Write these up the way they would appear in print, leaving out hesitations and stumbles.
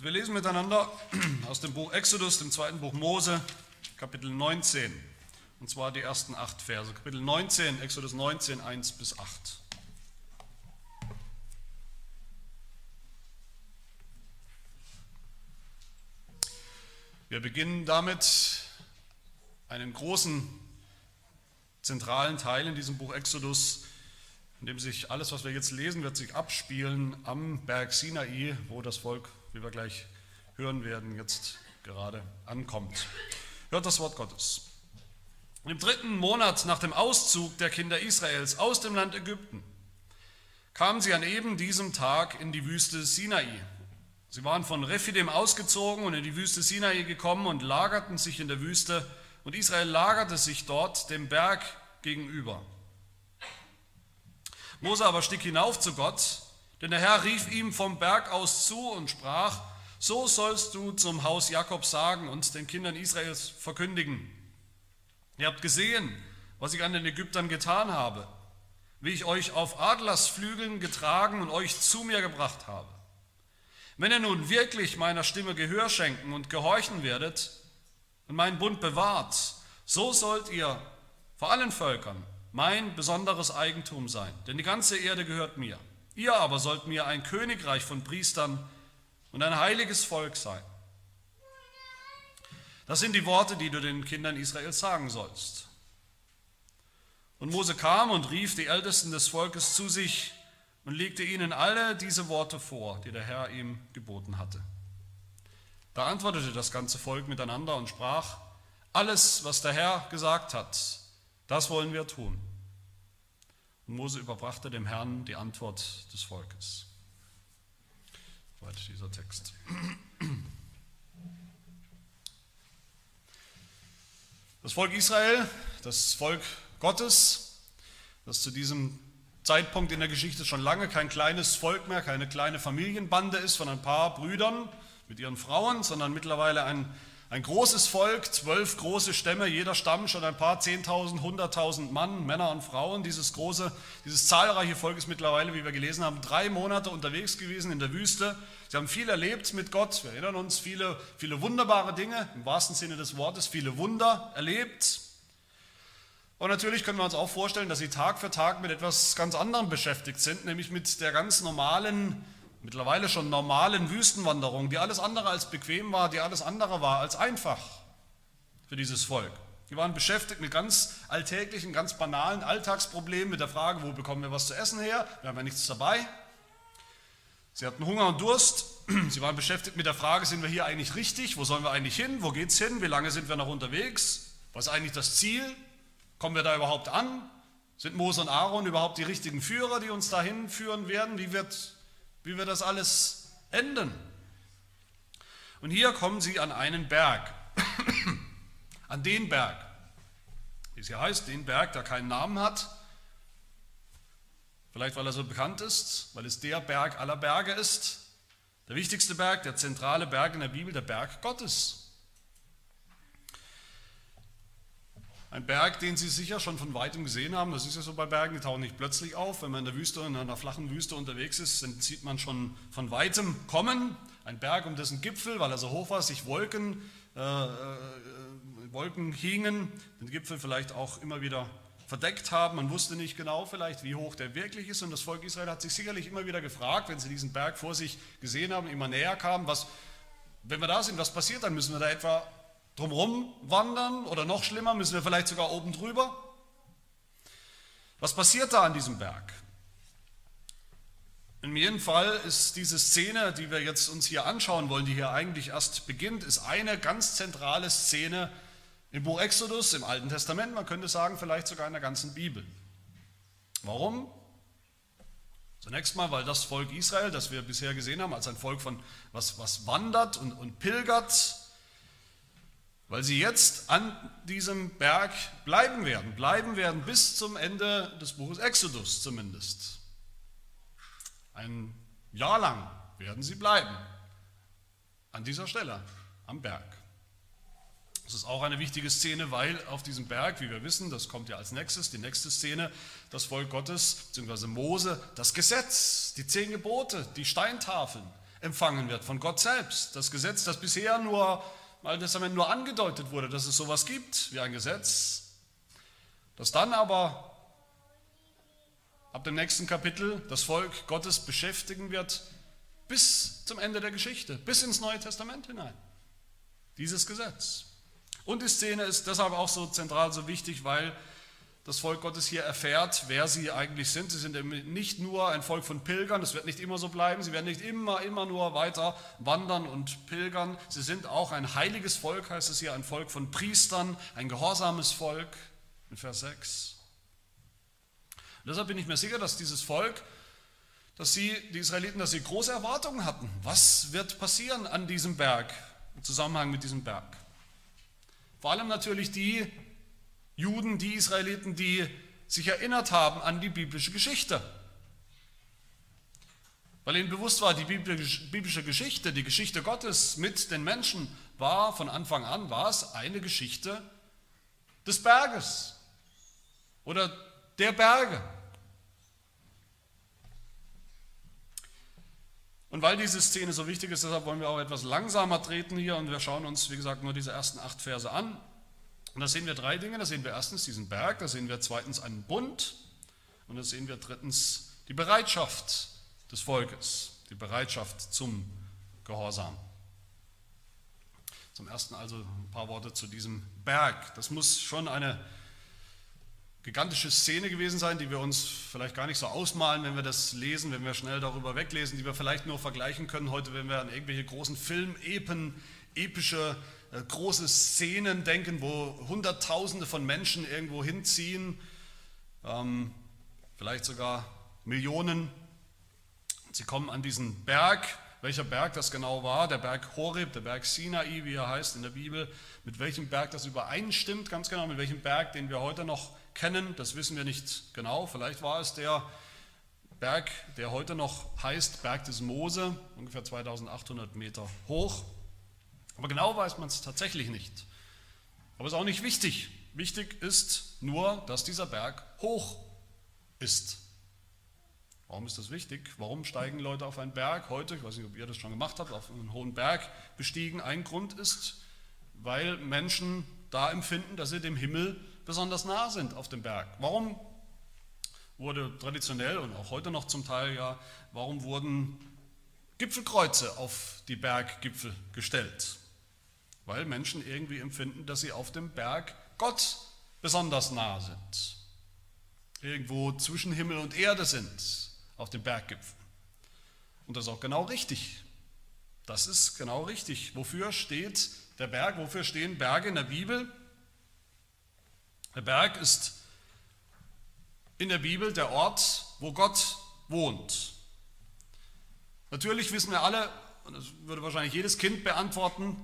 Wir lesen miteinander aus dem Buch Exodus, dem zweiten Buch Mose, Kapitel 19, und zwar die ersten 8 Verse. Kapitel 19, Exodus 19, 1 bis 8. Wir beginnen damit einen großen, zentralen Teil in diesem Buch Exodus, in dem sich alles, was wir jetzt lesen, wird sich abspielen am Berg Sinai, wo das Volk, wie wir gleich hören werden, jetzt gerade ankommt. Hört das Wort Gottes. Im 3. Monat nach dem Auszug der Kinder Israels aus dem Land Ägypten kamen sie an eben diesem Tag in die Wüste Sinai. Sie waren von Rephidim ausgezogen und in die Wüste Sinai gekommen und lagerten sich in der Wüste, und Israel lagerte sich dort dem Berg gegenüber. Mose aber stieg hinauf zu Gott, denn der Herr rief ihm vom Berg aus zu und sprach: So sollst du zum Haus Jakobs sagen und den Kindern Israels verkündigen: Ihr habt gesehen, was ich an den Ägyptern getan habe, wie ich euch auf Adlersflügeln getragen und euch zu mir gebracht habe. Wenn ihr nun wirklich meiner Stimme Gehör schenken und gehorchen werdet und meinen Bund bewahrt, so sollt ihr vor allen Völkern mein besonderes Eigentum sein, denn die ganze Erde gehört mir. Ihr aber sollt mir ein Königreich von Priestern und ein heiliges Volk sein. Das sind die Worte, die du den Kindern Israels sagen sollst. Und Mose kam und rief die Ältesten des Volkes zu sich und legte ihnen alle diese Worte vor, die der Herr ihm geboten hatte. Da antwortete das ganze Volk miteinander und sprach: Alles, was der Herr gesagt hat, das wollen wir tun. Und Mose überbrachte dem Herrn die Antwort des Volkes. Soweit dieser Text. Das Volk Israel, das Volk Gottes, das zu diesem Zeitpunkt in der Geschichte schon lange kein kleines Volk mehr, keine kleine Familienbande ist von ein paar Brüdern mit ihren Frauen, sondern mittlerweile ein großes Volk, 12 große Stämme, jeder Stamm schon ein paar 10.000, 100.000 Mann, Männer und Frauen. Dieses zahlreiche Volk ist mittlerweile, wie wir gelesen haben, 3 Monate unterwegs gewesen in der Wüste. Sie haben viel erlebt mit Gott, wir erinnern uns, viele wunderbare Dinge, im wahrsten Sinne des Wortes, viele Wunder erlebt. Und natürlich können wir uns auch vorstellen, dass sie Tag für Tag mit etwas ganz anderem beschäftigt sind, nämlich mit der ganz normalen, mittlerweile schon normalen Wüstenwanderung, die alles andere als bequem war, die alles andere war als einfach für dieses Volk. Die waren beschäftigt mit ganz alltäglichen, ganz banalen Alltagsproblemen, mit der Frage, wo bekommen wir was zu essen her? Wir haben ja nichts dabei. Sie hatten Hunger und Durst. Sie waren beschäftigt mit der Frage, sind wir hier eigentlich richtig? Wo sollen wir eigentlich hin? Wo geht's hin? Wie lange sind wir noch unterwegs? Was ist eigentlich das Ziel? Kommen wir da überhaupt an? Sind Mose und Aaron überhaupt die richtigen Führer, die uns dahin führen werden? Wie wird das alles enden? Und hier kommen sie an einen Berg, an den Berg, wie es hier heißt, den Berg, der keinen Namen hat, vielleicht weil er so bekannt ist, weil es der Berg aller Berge ist, der wichtigste Berg, der zentrale Berg in der Bibel, der Berg Gottes. Ein Berg, den Sie sicher schon von weitem gesehen haben. Das ist ja so bei Bergen, die tauchen nicht plötzlich auf. Wenn man in der Wüste, in einer flachen Wüste unterwegs ist, dann sieht man schon von weitem kommen. Ein Berg, um dessen Gipfel, weil er so hoch war, sich Wolken hingen, den Gipfel vielleicht auch immer wieder verdeckt haben. Man wusste nicht genau vielleicht, wie hoch der wirklich ist. Und das Volk Israel hat sich sicherlich immer wieder gefragt, wenn sie diesen Berg vor sich gesehen haben, immer näher kamen, wenn wir da sind, was passiert dann? Müssen wir da etwa drumherum wandern oder noch schlimmer, müssen wir vielleicht sogar oben drüber? Was passiert da an diesem Berg? In jedem Fall ist diese Szene, die wir jetzt uns hier anschauen wollen, die hier eigentlich erst beginnt, ist eine ganz zentrale Szene im Buch Exodus, im Alten Testament, man könnte sagen, vielleicht sogar in der ganzen Bibel. Warum? Zunächst mal, weil das Volk Israel, das wir bisher gesehen haben, als ein Volk von was wandert und pilgert, weil sie jetzt an diesem Berg bleiben werden bis zum Ende des Buches Exodus zumindest. Ein Jahr lang werden sie bleiben, an dieser Stelle, am Berg. Das ist auch eine wichtige Szene, weil auf diesem Berg, wie wir wissen, das kommt ja als nächstes, die nächste Szene, das Volk Gottes, bzw. Mose, das Gesetz, die 10 Gebote, die Steintafeln empfangen wird von Gott selbst. Das Gesetz, das bisher nur im Alten Testament nur angedeutet wurde, dass es sowas gibt wie ein Gesetz, das dann aber ab dem nächsten Kapitel das Volk Gottes beschäftigen wird bis zum Ende der Geschichte, bis ins Neue Testament hinein. Dieses Gesetz. Und die Szene ist deshalb auch so zentral, so wichtig, weil das Volk Gottes hier erfährt, wer sie eigentlich sind. Sie sind nicht nur ein Volk von Pilgern, das wird nicht immer so bleiben, sie werden nicht immer nur weiter wandern und pilgern. Sie sind auch ein heiliges Volk, heißt es hier, ein Volk von Priestern, ein gehorsames Volk, in Vers 6. Und deshalb bin ich mir sicher, dass dieses Volk, die Israeliten, dass sie große Erwartungen hatten. Was wird passieren an diesem Berg, im Zusammenhang mit diesem Berg? Vor allem natürlich die Juden, die Israeliten, die sich erinnert haben an die biblische Geschichte. Weil ihnen bewusst war, die biblische Geschichte, die Geschichte Gottes mit den Menschen war von Anfang an, war es eine Geschichte des Berges oder der Berge. Und weil diese Szene so wichtig ist, deshalb wollen wir auch etwas langsamer treten hier und wir schauen uns, wie gesagt, nur diese ersten 8 Verse an. Und da sehen wir 3 Dinge. Da sehen wir erstens diesen Berg, da sehen wir zweitens einen Bund und da sehen wir drittens die Bereitschaft des Volkes, die Bereitschaft zum Gehorsam. Zum ersten also ein paar Worte zu diesem Berg. Das muss schon eine gigantische Szene gewesen sein, die wir uns vielleicht gar nicht so ausmalen, wenn wir das lesen, wenn wir schnell darüber weglesen, die wir vielleicht nur vergleichen können heute, wenn wir an irgendwelche großen Filmepen, epische große Szenen denken, wo Hunderttausende von Menschen irgendwo hinziehen, vielleicht sogar Millionen. Sie kommen an diesen Berg, welcher Berg das genau war, der Berg Horeb, der Berg Sinai, wie er heißt in der Bibel, mit welchem Berg das übereinstimmt, ganz genau, mit welchem Berg, den wir heute noch kennen, das wissen wir nicht genau. Vielleicht war es der Berg, der heute noch heißt Berg des Mose, ungefähr 2800 Meter hoch. Aber genau weiß man es tatsächlich nicht. Aber es ist auch nicht wichtig. Wichtig ist nur, dass dieser Berg hoch ist. Warum ist das wichtig? Warum steigen Leute auf einen Berg heute? Ich weiß nicht, ob ihr das schon gemacht habt, auf einen hohen Berg bestiegen. Ein Grund ist, weil Menschen da empfinden, dass sie dem Himmel besonders nah sind auf dem Berg. Warum wurde traditionell und auch heute noch zum Teil warum wurden Gipfelkreuze auf die Berggipfel gestellt? Weil Menschen irgendwie empfinden, dass sie auf dem Berg Gott besonders nah sind. Irgendwo zwischen Himmel und Erde sind, auf dem Berggipfel. Und das ist auch genau richtig. Das ist genau richtig. Wofür steht der Berg? Wofür stehen Berge in der Bibel? Der Berg ist in der Bibel der Ort, wo Gott wohnt. Natürlich wissen wir alle, und das würde wahrscheinlich jedes Kind beantworten,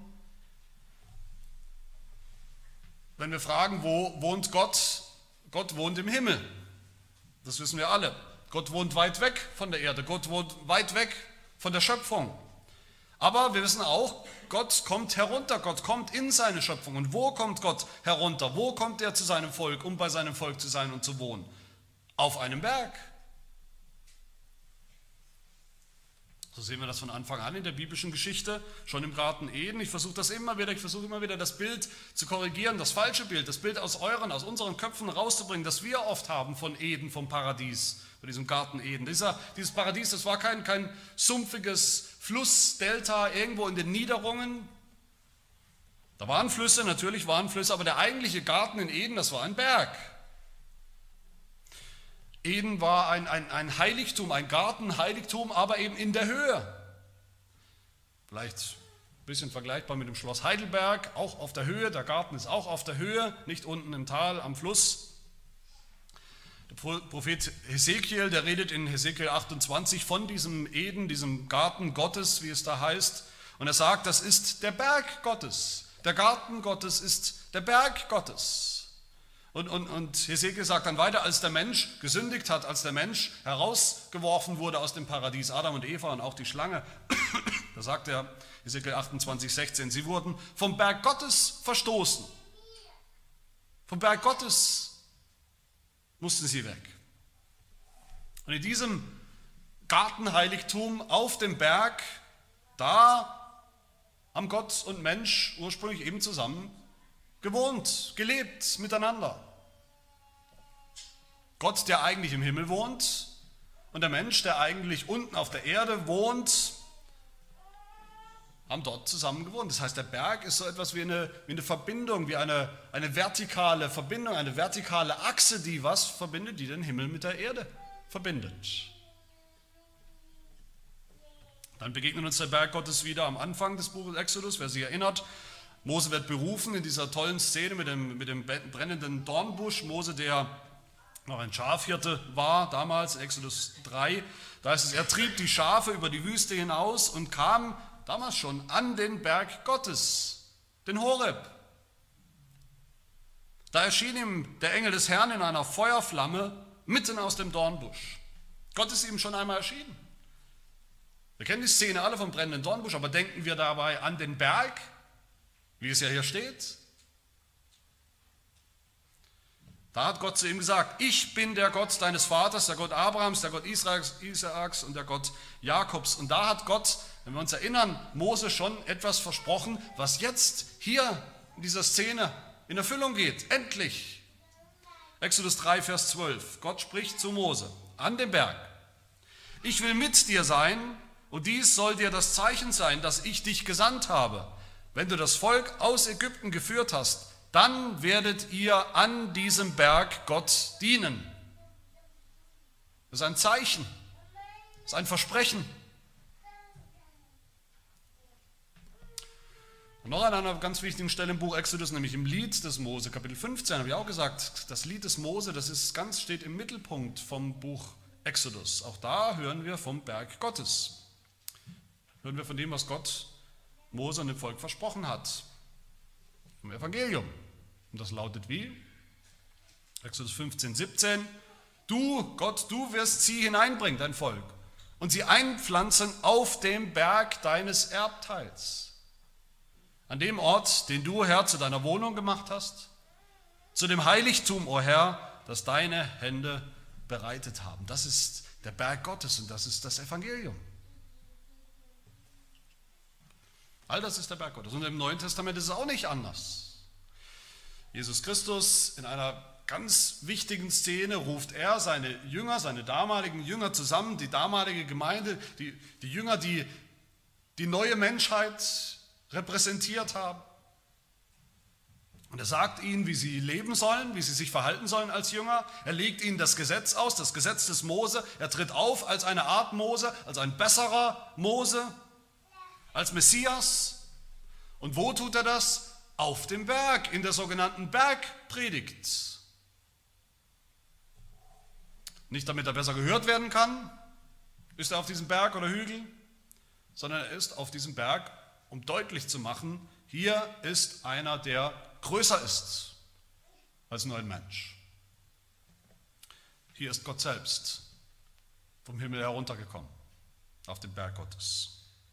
wenn wir fragen, wo wohnt Gott? Gott wohnt im Himmel. Das wissen wir alle. Gott wohnt weit weg von der Erde. Gott wohnt weit weg von der Schöpfung. Aber wir wissen auch, Gott kommt herunter. Gott kommt in seine Schöpfung. Und wo kommt Gott herunter? Wo kommt er zu seinem Volk, um bei seinem Volk zu sein und zu wohnen? Auf einem Berg. So sehen wir das von Anfang an in der biblischen Geschichte, schon im Garten Eden. Ich versuche immer wieder das Bild zu korrigieren, das falsche Bild, das Bild aus unseren Köpfen rauszubringen, das wir oft haben von Eden, vom Paradies, von diesem Garten Eden. Dieses Paradies, das war kein sumpfiges Flussdelta irgendwo in den Niederungen. Da waren Flüsse, natürlich waren Flüsse, aber der eigentliche Garten in Eden, das war ein Berg. Eden war ein Heiligtum, ein Gartenheiligtum, aber eben in der Höhe. Vielleicht ein bisschen vergleichbar mit dem Schloss Heidelberg, auch auf der Höhe. Der Garten ist auch auf der Höhe, nicht unten im Tal am Fluss. Der Prophet Hesekiel, der redet in Hesekiel 28 von diesem Eden, diesem Garten Gottes, wie es da heißt. Und er sagt, das ist der Berg Gottes. Der Garten Gottes ist der Berg Gottes. Und Hesekiel sagt dann weiter, als der Mensch gesündigt hat, als der Mensch herausgeworfen wurde aus dem Paradies, Adam und Eva und auch die Schlange, da sagt er, Hesekiel 28, 16, sie wurden vom Berg Gottes verstoßen. Vom Berg Gottes mussten sie weg. Und in diesem Gartenheiligtum auf dem Berg Da haben Gott und Mensch ursprünglich eben zusammen gewohnt, gelebt miteinander. Gott, der eigentlich im Himmel wohnt, und der Mensch, der eigentlich unten auf der Erde wohnt, haben dort zusammen gewohnt. Das heißt, der Berg ist so etwas wie eine Verbindung, wie eine vertikale Verbindung, eine vertikale Achse, die was verbindet, die den Himmel mit der Erde verbindet. Dann begegnet uns der Berg Gottes wieder am Anfang des Buches Exodus, wer sich erinnert. Mose wird berufen in dieser tollen Szene mit dem brennenden Dornbusch. Mose, der noch ein Schafhirte war, damals in Exodus 3, da heißt es, er trieb die Schafe über die Wüste hinaus und kam damals schon an den Berg Gottes, den Horeb. Da erschien ihm der Engel des Herrn in einer Feuerflamme mitten aus dem Dornbusch. Gott ist ihm schon einmal erschienen. Wir kennen die Szene alle vom brennenden Dornbusch, aber denken wir dabei an den Berg, wie es ja hier steht? Da hat Gott zu ihm gesagt, ich bin der Gott deines Vaters, der Gott Abrahams, der Gott Isaaks und der Gott Jakobs. Und da hat Gott, wenn wir uns erinnern, Mose schon etwas versprochen, was jetzt hier in dieser Szene in Erfüllung geht. Endlich. Exodus 3, Vers 12. Gott spricht zu Mose an dem Berg. Ich will mit dir sein und dies soll dir das Zeichen sein, dass ich dich gesandt habe. Wenn du das Volk aus Ägypten geführt hast, dann werdet ihr an diesem Berg Gott dienen. Das ist ein Zeichen, das ist ein Versprechen. Und noch an einer ganz wichtigen Stelle im Buch Exodus, nämlich im Lied des Mose, Kapitel 15, habe ich auch gesagt, das Lied des Mose, steht im Mittelpunkt vom Buch Exodus. Auch da hören wir vom Berg Gottes. Hören wir von dem, was Gott Mose und dem Volk versprochen hat. Vom Evangelium. Und das lautet wie? Exodus 15, 17. Du, Gott, du wirst sie hineinbringen, dein Volk, und sie einpflanzen auf dem Berg deines Erbteils. An dem Ort, den du, Herr, zu deiner Wohnung gemacht hast, zu dem Heiligtum, o Herr, das deine Hände bereitet haben. Das ist der Berg Gottes und das ist das Evangelium. All das ist der Berg Gottes. Und im Neuen Testament ist es auch nicht anders. Jesus Christus in einer ganz wichtigen Szene ruft er seine Jünger, seine damaligen Jünger zusammen, die damalige Gemeinde, die Jünger, die die neue Menschheit repräsentiert haben. Und er sagt ihnen, wie sie leben sollen, wie sie sich verhalten sollen als Jünger. Er legt ihnen das Gesetz aus, das Gesetz des Mose. Er tritt auf als eine Art Mose, als ein besserer Mose, als Messias. Und wo tut er das? Auf dem Berg, in der sogenannten Bergpredigt. Nicht damit er besser gehört werden kann, ist er auf diesem Berg oder Hügel, sondern er ist auf diesem Berg, um deutlich zu machen, hier ist einer, der größer ist als nur ein Mensch. Hier ist Gott selbst vom Himmel heruntergekommen, auf den Berg Gottes.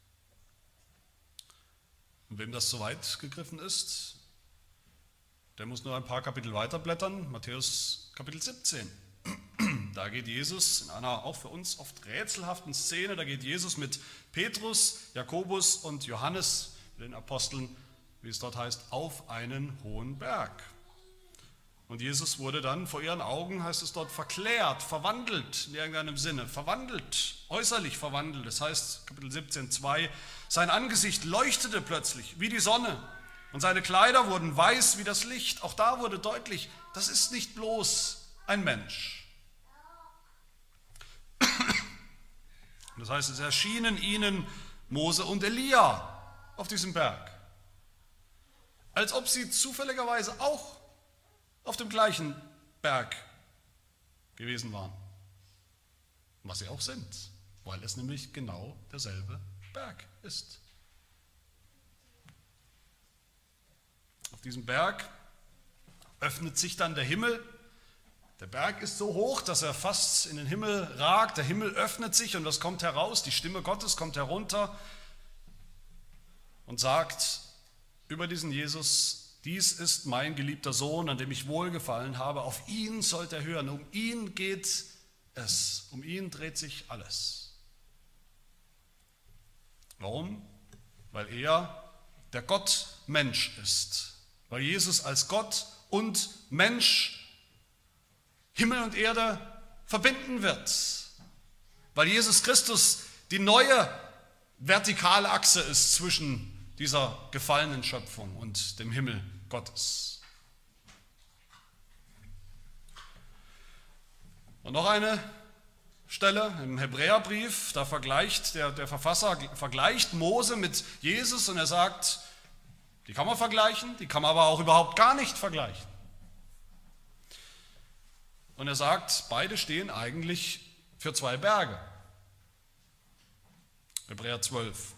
Und wem das zu weit gegriffen ist, der muss nur ein paar Kapitel weiter blättern, Matthäus Kapitel 17. Da geht Jesus in einer auch für uns oft rätselhaften Szene, da geht Jesus mit Petrus, Jakobus und Johannes, den Aposteln, wie es dort heißt, auf einen hohen Berg. Und Jesus wurde dann vor ihren Augen, heißt es dort, verklärt, verwandelt in irgendeinem Sinne, verwandelt, äußerlich verwandelt. Das heißt, Kapitel 17, 2, sein Angesicht leuchtete plötzlich wie die Sonne und seine Kleider wurden weiß wie das Licht. Auch da wurde deutlich, das ist nicht bloß ein Mensch. Das heißt, es erschienen ihnen Mose und Elia auf diesem Berg, als ob sie zufälligerweise auch auf dem gleichen Berg gewesen waren. Was sie auch sind, weil es nämlich genau derselbe Berg ist. Auf diesem Berg öffnet sich dann der Himmel. Der Berg ist so hoch, dass er fast in den Himmel ragt. Der Himmel öffnet sich und was kommt heraus? Die Stimme Gottes kommt herunter und sagt über diesen Jesus: Dies ist mein geliebter Sohn, an dem ich wohlgefallen habe. Auf ihn sollt ihr hören. Um ihn geht es. Um ihn dreht sich alles. Warum? weil er der Gott-Mensch ist, weil Jesus als Gott und Mensch Himmel und Erde verbinden wird, weil Jesus Christus die neue vertikale Achse ist zwischen dieser gefallenen Schöpfung und dem Himmel Gottes. Und noch eine Stelle im Hebräerbrief, da vergleicht der Verfasser vergleicht Mose mit Jesus und er sagt, die kann man vergleichen, die kann man aber auch überhaupt gar nicht vergleichen. Und er sagt, beide stehen eigentlich für zwei Berge. Hebräer 12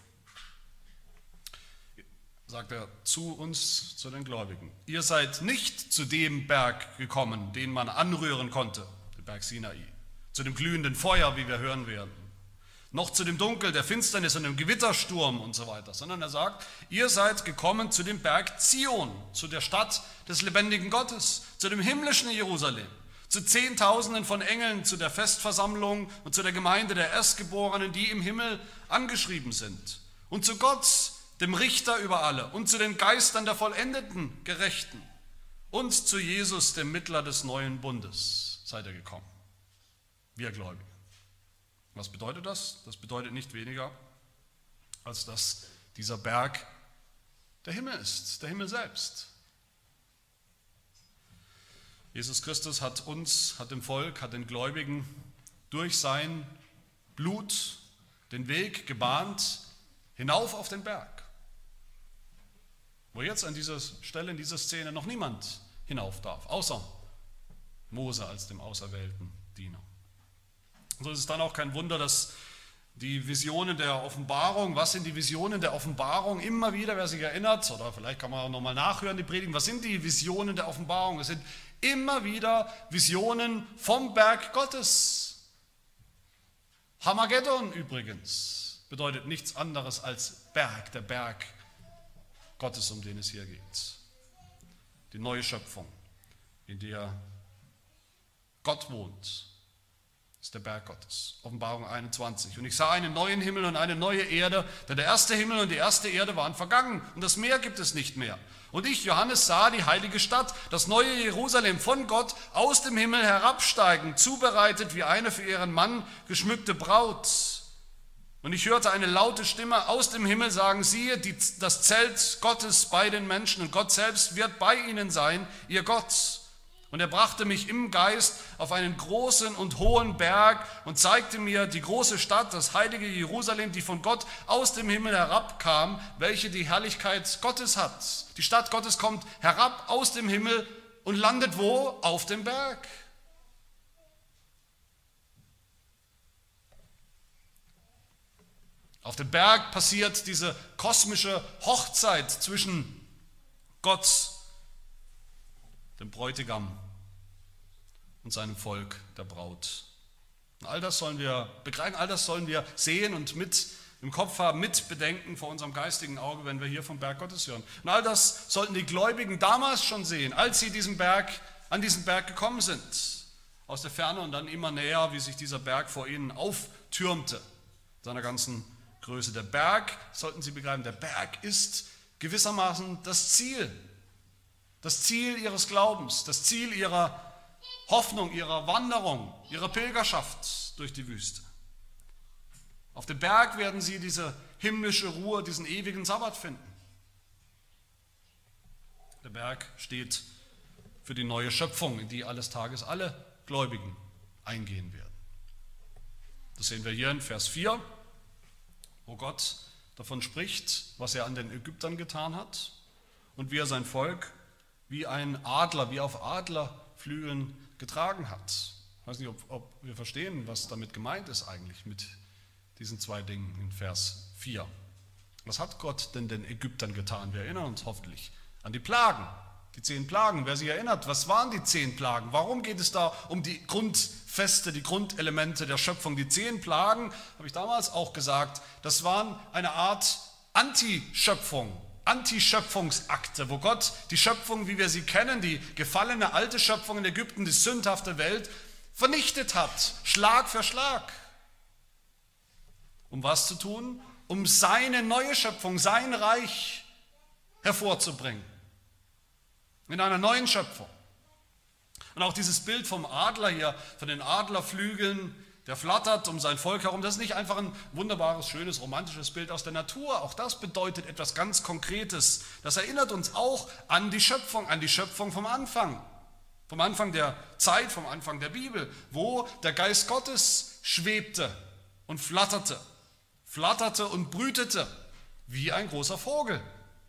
sagt er zu uns, zu den Gläubigen. Ihr seid nicht zu dem Berg gekommen, den man anrühren konnte, der Berg Sinai, zu dem glühenden Feuer, wie wir hören werden, noch zu dem Dunkel, der Finsternis und dem Gewittersturm und so weiter, sondern er sagt, ihr seid gekommen zu dem Berg Zion, zu der Stadt des lebendigen Gottes, zu dem himmlischen Jerusalem, zu Zehntausenden von Engeln, zu der Festversammlung und zu der Gemeinde der Erstgeborenen, die im Himmel angeschrieben sind, und zu Gott, dem Richter über alle, und zu den Geistern der vollendeten Gerechten und zu Jesus, dem Mittler des neuen Bundes, seid ihr gekommen, wir Gläubigen. Was bedeutet das? Das bedeutet nicht weniger, als dass dieser Berg der Himmel ist, der Himmel selbst. Jesus Christus hat uns, hat dem Volk, hat den Gläubigen durch sein Blut den Weg gebahnt hinauf auf den Berg, wo jetzt an dieser Stelle, in dieser Szene noch niemand hinauf darf, außer Mose als dem auserwählten Diener. Und so ist es dann auch kein Wunder, dass die Visionen der Offenbarung, was sind die Visionen der Offenbarung, immer wieder, wer sich erinnert, oder vielleicht kann man auch nochmal nachhören, die Predigen, was sind die Visionen der Offenbarung? Es sind immer wieder Visionen vom Berg Gottes. Harmageddon übrigens bedeutet nichts anderes als Berg, der Berg Gottes, um den es hier geht. Die neue Schöpfung, in der Gott wohnt, ist der Berg Gottes. Offenbarung 21. Und ich sah einen neuen Himmel und eine neue Erde, denn der erste Himmel und die erste Erde waren vergangen und das Meer gibt es nicht mehr. Und ich, Johannes, sah die heilige Stadt, das neue Jerusalem von Gott aus dem Himmel herabsteigen, zubereitet wie eine für ihren Mann geschmückte Braut. Und ich hörte eine laute Stimme aus dem Himmel sagen, siehe, das Zelt Gottes bei den Menschen und Gott selbst wird bei ihnen sein, ihr Gott. Und er brachte mich im Geist auf einen großen und hohen Berg und zeigte mir die große Stadt, das heilige Jerusalem, die von Gott aus dem Himmel herabkam, welche die Herrlichkeit Gottes hat. Die Stadt Gottes kommt herab aus dem Himmel und landet wo? Auf dem Berg. Auf dem Berg passiert diese kosmische Hochzeit zwischen Gott, dem Bräutigam, und seinem Volk, der Braut. Und all das sollen wir begreifen, all das sollen wir sehen und mit im Kopf haben, mit bedenken vor unserem geistigen Auge, wenn wir hier vom Berg Gottes hören. Und all das sollten die Gläubigen damals schon sehen, als sie an diesen Berg gekommen sind, aus der Ferne und dann immer näher, wie sich dieser Berg vor ihnen auftürmte, seiner ganzen Größe. Der Berg, sollten Sie begreifen, der Berg ist gewissermaßen das Ziel ihres Glaubens, das Ziel ihrer Hoffnung, ihrer Wanderung, ihrer Pilgerschaft durch die Wüste. Auf dem Berg werden sie diese himmlische Ruhe, diesen ewigen Sabbat finden. Der Berg steht für die neue Schöpfung, in die eines Tages alle Gläubigen eingehen werden. Das sehen wir hier in Vers 4, wo Gott davon spricht, was er an den Ägyptern getan hat und wie er sein Volk wie ein Adler, wie auf Adlerflügeln getragen hat. Ich weiß nicht, ob wir verstehen, was damit gemeint ist eigentlich mit diesen zwei Dingen in Vers 4. Was hat Gott denn den Ägyptern getan? Wir erinnern uns hoffentlich an die Plagen, die 10 Plagen. Wer sich erinnert, was waren die 10 Plagen? Warum geht es da um die Grundfeste, die Grundelemente der Schöpfung? Die 10 Plagen, habe ich damals auch gesagt, das waren eine Art Antischöpfungsakte, wo Gott die Schöpfung, wie wir sie kennen, die gefallene alte Schöpfung in Ägypten, die sündhafte Welt, vernichtet hat, Schlag für Schlag. Um was zu tun? um seine neue Schöpfung, sein Reich hervorzubringen. In einer neuen Schöpfung. Und auch dieses Bild vom Adler hier, von den Adlerflügeln, der flattert um sein Volk herum, das ist nicht einfach ein wunderbares, schönes, romantisches Bild aus der Natur. Auch das bedeutet etwas ganz Konkretes. Das erinnert uns auch an die Schöpfung vom Anfang. Vom Anfang der Zeit, vom Anfang der Bibel, wo der Geist Gottes schwebte und flatterte und brütete, wie ein großer Vogel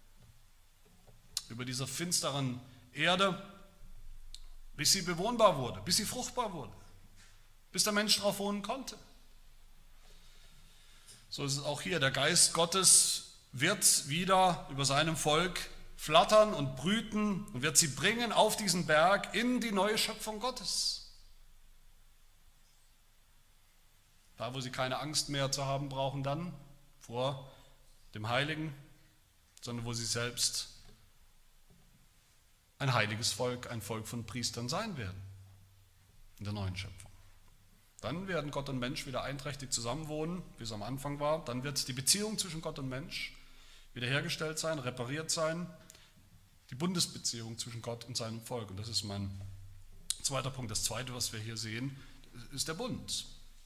über dieser finsteren Erde, bis sie bewohnbar wurde, bis sie fruchtbar wurde, bis der Mensch darauf wohnen konnte. So ist es auch hier. Der Geist Gottes wird wieder über seinem Volk flattern und brüten und wird sie bringen auf diesen Berg in die neue Schöpfung Gottes. Da, wo sie keine Angst mehr zu haben brauchen dann vor dem Heiligen, sondern wo sie selbst ein heiliges Volk, ein Volk von Priestern sein werden in der neuen Schöpfung. Dann werden Gott und Mensch wieder einträchtig zusammenwohnen, wie es am Anfang war. Dann wird die Beziehung zwischen Gott und Mensch wiederhergestellt sein, repariert sein. Die Bundesbeziehung zwischen Gott und seinem Volk. Und das ist mein zweiter Punkt. Das zweite, was wir hier sehen, ist der Bund.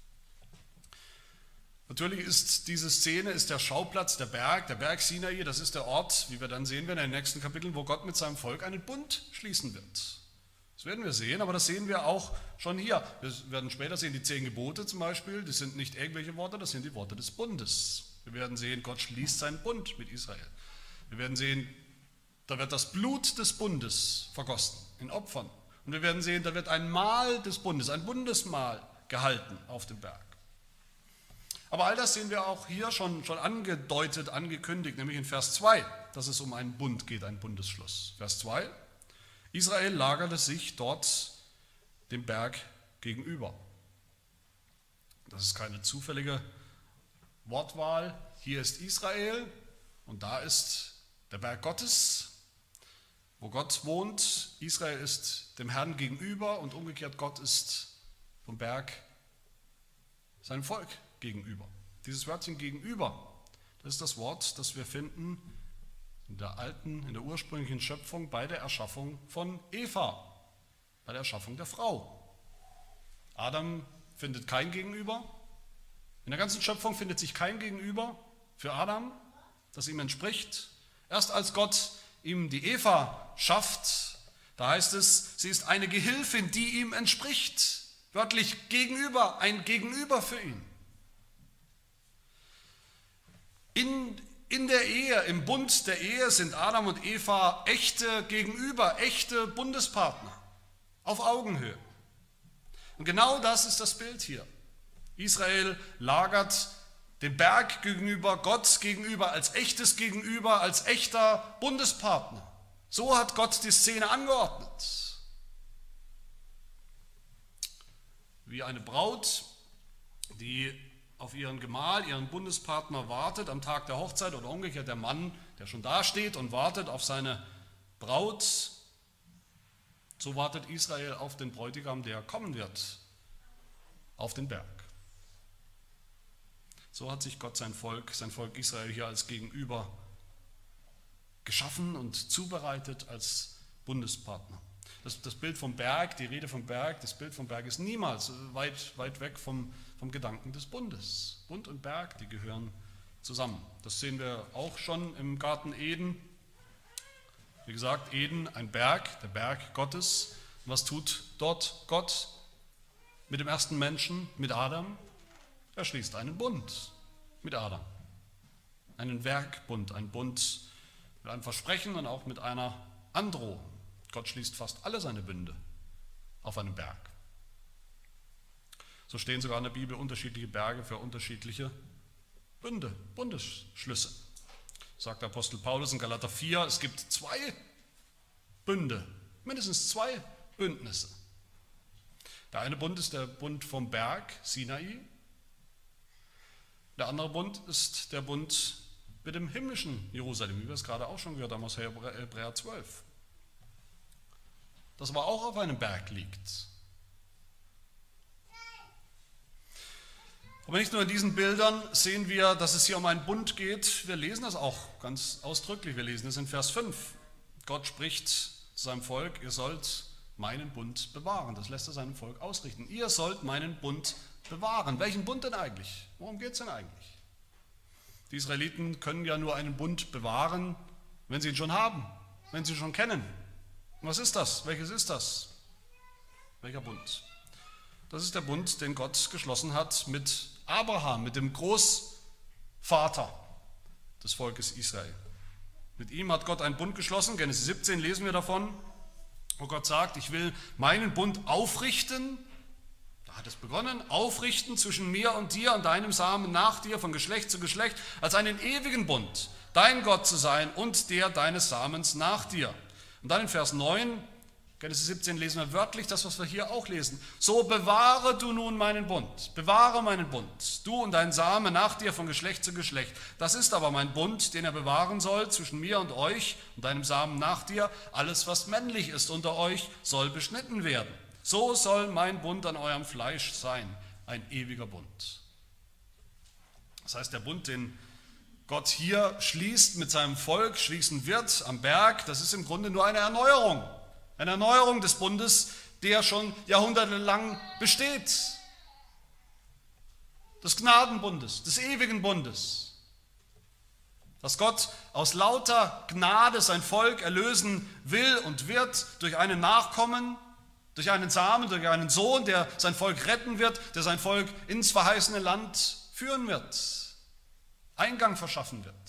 Natürlich ist diese Szene, ist der Schauplatz, der Berg Sinai, das ist der Ort, wie wir dann sehen werden in den nächsten Kapiteln, wo Gott mit seinem Volk einen Bund schließen wird. Das werden wir sehen, aber das sehen wir auch schon hier. Wir werden später sehen, die 10 Gebote zum Beispiel, das sind nicht irgendwelche Worte, das sind die Worte des Bundes. Wir werden sehen, Gott schließt seinen Bund mit Israel. Wir werden sehen, da wird das Blut des Bundes vergossen in Opfern. Und wir werden sehen, da wird ein Mahl des Bundes, ein Bundesmahl gehalten auf dem Berg. Aber all das sehen wir auch hier schon angedeutet, angekündigt, nämlich in Vers 2, dass es um einen Bund geht, einen Bundesschluss. Vers 2, Israel lagerte sich dort dem Berg gegenüber. Das ist keine zufällige Wortwahl. Hier ist Israel und da ist der Berg Gottes, wo Gott wohnt. Israel ist dem Herrn gegenüber und umgekehrt Gott ist vom Berg seinem Volk gegenüber. Dieses Wörtchen gegenüber, das ist das Wort, das wir finden in der ursprünglichen Schöpfung bei der Erschaffung von Eva, bei der Erschaffung der Frau. Adam findet kein Gegenüber. In der ganzen Schöpfung findet sich kein Gegenüber für Adam, das ihm entspricht. Erst als Gott ihm die Eva schafft, da heißt es, sie ist eine Gehilfin, die ihm entspricht. Wörtlich Gegenüber, ein Gegenüber für ihn. In der Ehe, im Bund der Ehe sind Adam und Eva echte Gegenüber, echte Bundespartner, auf Augenhöhe. Und genau das ist das Bild hier. Israel lagert dem Berg gegenüber, Gott gegenüber, als echtes Gegenüber, als echter Bundespartner. So hat Gott die Szene angeordnet. Wie eine Braut, die auf ihren Gemahl, ihren Bundespartner wartet am Tag der Hochzeit oder umgekehrt der Mann, der schon da steht und wartet auf seine Braut, so wartet Israel auf den Bräutigam, der kommen wird, auf den Berg. So hat sich Gott sein Volk Israel hier als Gegenüber geschaffen und zubereitet als Bundespartner. Das Bild vom Berg, die Rede vom Berg, das Bild vom Berg ist niemals weit weg vom Gedanken des Bundes. Bund und Berg, die gehören zusammen. Das sehen wir auch schon im Garten Eden. Wie gesagt, Eden, ein Berg, der Berg Gottes. Und was tut dort Gott mit dem ersten Menschen, mit Adam? Er schließt einen Bund mit Adam. Einen Werkbund, ein Bund mit einem Versprechen und auch mit einer Androhung. Gott schließt fast alle seine Bünde auf einem Berg. So stehen sogar in der Bibel unterschiedliche Berge für unterschiedliche Bünde, Bundesschlüsse. Sagt der Apostel Paulus in Galater 4, es gibt 2 Bünde, mindestens 2 Bündnisse. Der eine Bund ist der Bund vom Berg Sinai. Der andere Bund ist der Bund mit dem himmlischen Jerusalem, wie wir es gerade auch schon gehört haben aus Hebräer 12. Das aber auch auf einem Berg liegt. Aber nicht nur in diesen Bildern sehen wir, dass es hier um einen Bund geht. Wir lesen das auch ganz ausdrücklich. Wir lesen es in Vers 5. Gott spricht zu seinem Volk, ihr sollt meinen Bund bewahren. Das lässt er seinem Volk ausrichten. Ihr sollt meinen Bund bewahren. Welchen Bund denn eigentlich? Worum geht es denn eigentlich? Die Israeliten können ja nur einen Bund bewahren, wenn sie ihn schon haben, wenn sie ihn schon kennen. Und was ist das? Welches ist das? Welcher Bund? Das ist der Bund, den Gott geschlossen hat mit Abraham, mit dem Großvater des Volkes Israel. Mit ihm hat Gott einen Bund geschlossen. Genesis 17 lesen wir davon, wo Gott sagt, ich will meinen Bund aufrichten. Da hat es begonnen, aufrichten zwischen mir und dir und deinem Samen nach dir von Geschlecht zu Geschlecht als einen ewigen Bund, dein Gott zu sein und der deines Samens nach dir. Und dann in Vers 9, Genesis 17 lesen wir wörtlich das, was wir hier auch lesen. So bewahre du nun meinen Bund, bewahre meinen Bund, du und dein Same nach dir von Geschlecht zu Geschlecht. Das ist aber mein Bund, den er bewahren soll zwischen mir und euch und deinem Samen nach dir. Alles, was männlich ist unter euch, soll beschnitten werden. So soll mein Bund an eurem Fleisch sein, ein ewiger Bund. Das heißt, der Bund, den Gott hier schließt mit seinem Volk, schließen wird am Berg, das ist im Grunde nur eine Erneuerung des Bundes, der schon jahrhundertelang besteht. Des Gnadenbundes, des ewigen Bundes. Dass Gott aus lauter Gnade sein Volk erlösen will und wird durch einen Nachkommen, durch einen Samen, durch einen Sohn, der sein Volk retten wird, der sein Volk ins verheißene Land führen wird, Eingang verschaffen wird.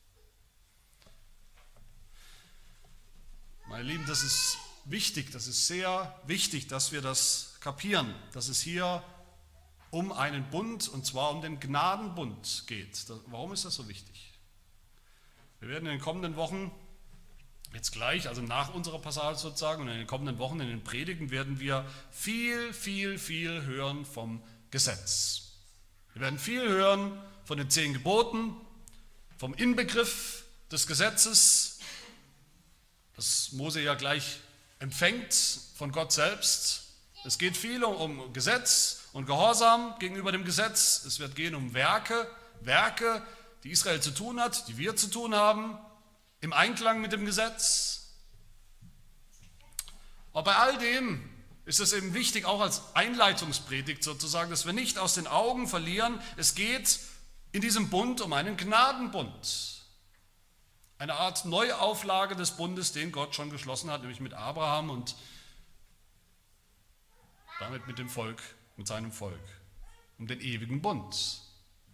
Meine Lieben, das ist wichtig, das ist sehr wichtig, dass wir das kapieren, dass es hier um einen Bund, und zwar um den Gnadenbund geht. Warum ist das so wichtig? Wir werden in den kommenden Wochen, jetzt gleich, also nach unserer Passage sozusagen, und in den kommenden Wochen, in den Predigen, werden wir viel hören vom Gesetz. Wir werden viel hören von den 10 Geboten, vom Inbegriff des Gesetzes, das Mose ja gleich empfängt von Gott selbst. Es geht viel um Gesetz und Gehorsam gegenüber dem Gesetz. Es wird gehen um Werke, die Israel zu tun hat, die wir zu tun haben, im Einklang mit dem Gesetz. Aber bei all dem ist es eben wichtig, auch als Einleitungspredigt sozusagen, dass wir nicht aus den Augen verlieren, es geht in diesem Bund um einen Gnadenbund. Eine Art Neuauflage des Bundes, den Gott schon geschlossen hat, nämlich mit Abraham und damit mit dem Volk, mit seinem Volk, um den ewigen Bund.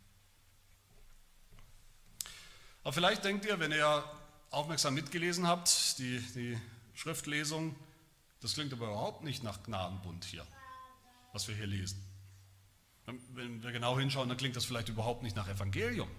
Aber vielleicht denkt ihr, wenn ihr aufmerksam mitgelesen habt, die Schriftlesung, das klingt aber überhaupt nicht nach Gnadenbund hier, was wir hier lesen. Wenn wir genau hinschauen, dann klingt das vielleicht überhaupt nicht nach Evangelium.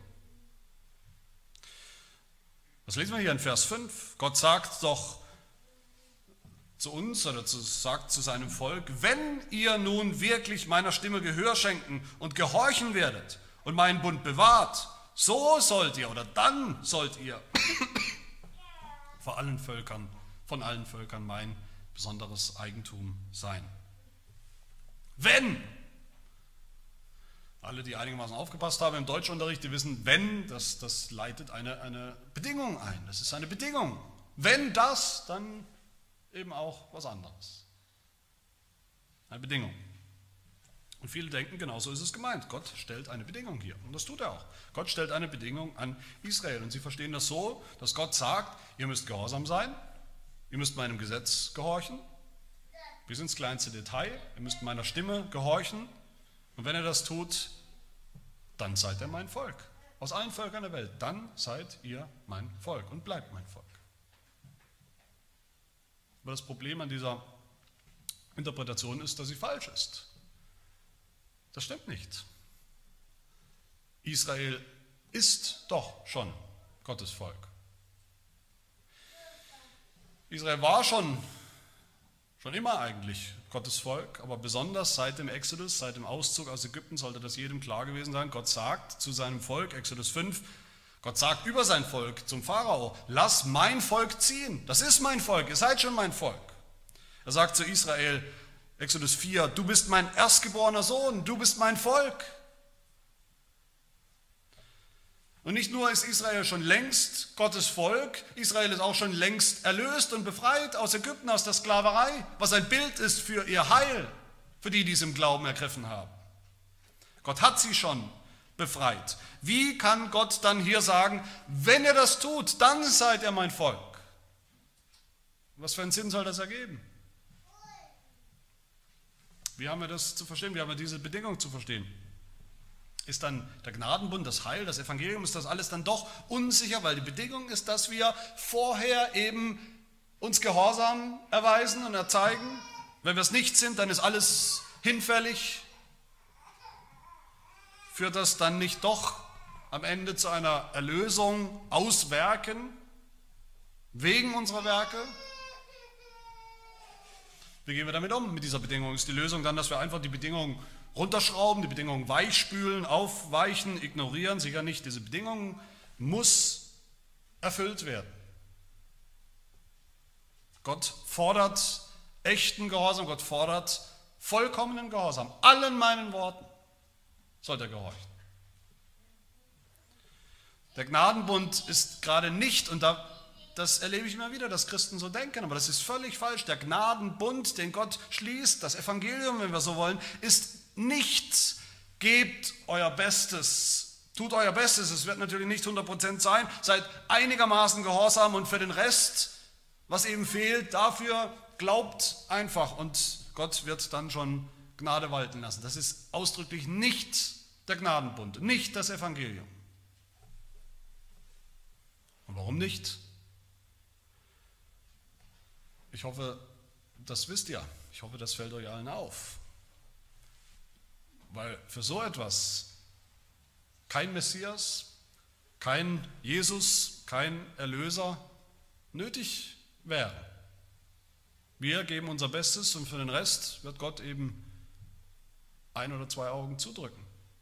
Was lesen wir hier in Vers 5? Gott sagt doch zu uns oder sagt zu seinem Volk, wenn ihr nun wirklich meiner Stimme Gehör schenken und gehorchen werdet und meinen Bund bewahrt, so sollt ihr oder dann sollt ihr von allen Völkern mein besonderes Eigentum sein. Wenn! Alle, die einigermaßen aufgepasst haben im Deutschunterricht, die wissen, wenn, das leitet eine Bedingung ein. Das ist eine Bedingung. Wenn das, dann eben auch was anderes. Eine Bedingung. Und viele denken, genauso ist es gemeint. Gott stellt eine Bedingung hier. Und das tut er auch. Gott stellt eine Bedingung an Israel. Und sie verstehen das so, dass Gott sagt, ihr müsst gehorsam sein, ihr müsst meinem Gesetz gehorchen, bis ins kleinste Detail, ihr müsst meiner Stimme gehorchen. Und wenn er das tut, dann seid ihr mein Volk. Aus allen Völkern der Welt. Dann seid ihr mein Volk und bleibt mein Volk. Aber das Problem an dieser Interpretation ist, dass sie falsch ist. Das stimmt nicht. Israel ist doch schon Gottes Volk. Israel war schon immer eigentlich Gottes Volk, aber besonders seit dem Exodus, seit dem Auszug aus Ägypten sollte das jedem klar gewesen sein. Gott sagt zu seinem Volk, Exodus 5, Gott sagt über sein Volk zum Pharao, lass mein Volk ziehen, das ist mein Volk, ihr seid schon mein Volk. Er sagt zu Israel, Exodus 4, du bist mein erstgeborener Sohn, du bist mein Volk. Und nicht nur ist Israel schon längst Gottes Volk, Israel ist auch schon längst erlöst und befreit aus Ägypten, aus der Sklaverei, was ein Bild ist für ihr Heil, für die es im Glauben ergriffen haben. Gott hat sie schon befreit. Wie kann Gott dann hier sagen, wenn ihr das tut, dann seid ihr mein Volk? Was für einen Sinn soll das ergeben? Wie haben wir das zu verstehen? Wie haben wir diese Bedingung zu verstehen? Ist dann der Gnadenbund, das Heil, das Evangelium, ist das alles dann doch unsicher, weil die Bedingung ist, dass wir vorher eben uns Gehorsam erweisen und erzeigen. Wenn wir es nicht sind, dann ist alles hinfällig. Führt das dann nicht doch am Ende zu einer Erlösung aus Werken, wegen unserer Werke? Wie gehen wir damit um, mit dieser Bedingung? Ist die Lösung dann, dass wir einfach die Bedingungen runterschrauben, die Bedingungen weichspülen, aufweichen, ignorieren? Sicher nicht. Diese Bedingung muss erfüllt werden. Gott fordert echten Gehorsam, Gott fordert vollkommenen Gehorsam. Allen meinen Worten sollt ihr gehorchen. Der Gnadenbund ist gerade nicht, und das erlebe ich immer wieder, dass Christen so denken, aber das ist völlig falsch. Der Gnadenbund, den Gott schließt, das Evangelium, wenn wir so wollen, ist nicht, gebt euer Bestes, tut euer Bestes, es wird natürlich nicht 100% sein, seid einigermaßen gehorsam und für den Rest, was eben fehlt, dafür glaubt einfach und Gott wird dann schon Gnade walten lassen. Das ist ausdrücklich nicht der Gnadenbund, nicht das Evangelium. Und warum nicht? Ich hoffe, das wisst ihr. Ich hoffe, das fällt euch allen auf. Weil für so etwas kein Messias, kein Jesus, kein Erlöser nötig wäre. Wir geben unser Bestes und für den Rest wird Gott eben 1 oder 2 Augen zudrücken.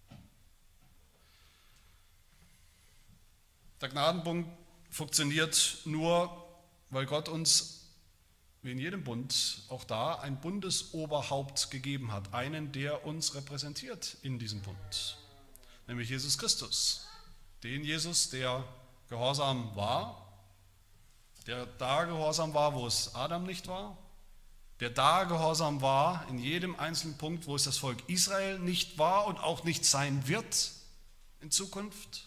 Der Gnadenbund funktioniert nur, weil Gott uns, wie in jedem Bund, auch da ein Bundesoberhaupt gegeben hat. Einen, der uns repräsentiert in diesem Bund. Nämlich Jesus Christus. Den Jesus, der gehorsam war, der da gehorsam war, wo es Adam nicht war, der da gehorsam war in jedem einzelnen Punkt, wo es das Volk Israel nicht war und auch nicht sein wird in Zukunft,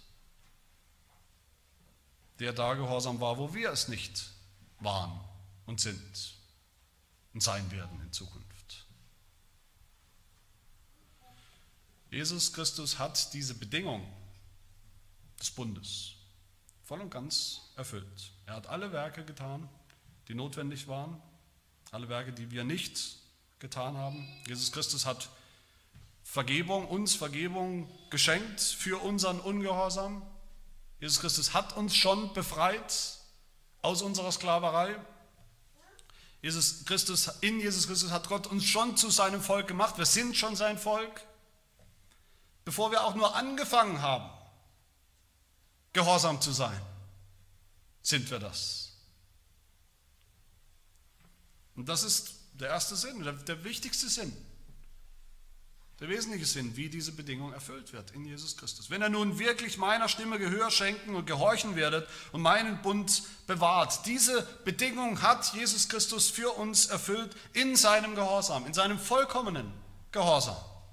der da gehorsam war, wo wir es nicht waren und sind und sein werden in Zukunft. Jesus Christus hat diese Bedingung des Bundes voll und ganz erfüllt. Er hat alle Werke getan, die notwendig waren, alle Werke, die wir nicht getan haben. Jesus Christus hat uns Vergebung geschenkt für unseren Ungehorsam. Jesus Christus hat uns schon befreit aus unserer Sklaverei. In Jesus Christus hat Gott uns schon zu seinem Volk gemacht. Wir sind schon sein Volk. Bevor wir auch nur angefangen haben, gehorsam zu sein, sind wir das. Und das ist der erste Sinn, der wichtigste Sinn, der wesentliche Sinn, wie diese Bedingung erfüllt wird in Jesus Christus. Wenn ihr nun wirklich meiner Stimme Gehör schenken und gehorchen werdet und meinen Bund bewahrt, diese Bedingung hat Jesus Christus für uns erfüllt in seinem Gehorsam, in seinem vollkommenen Gehorsam.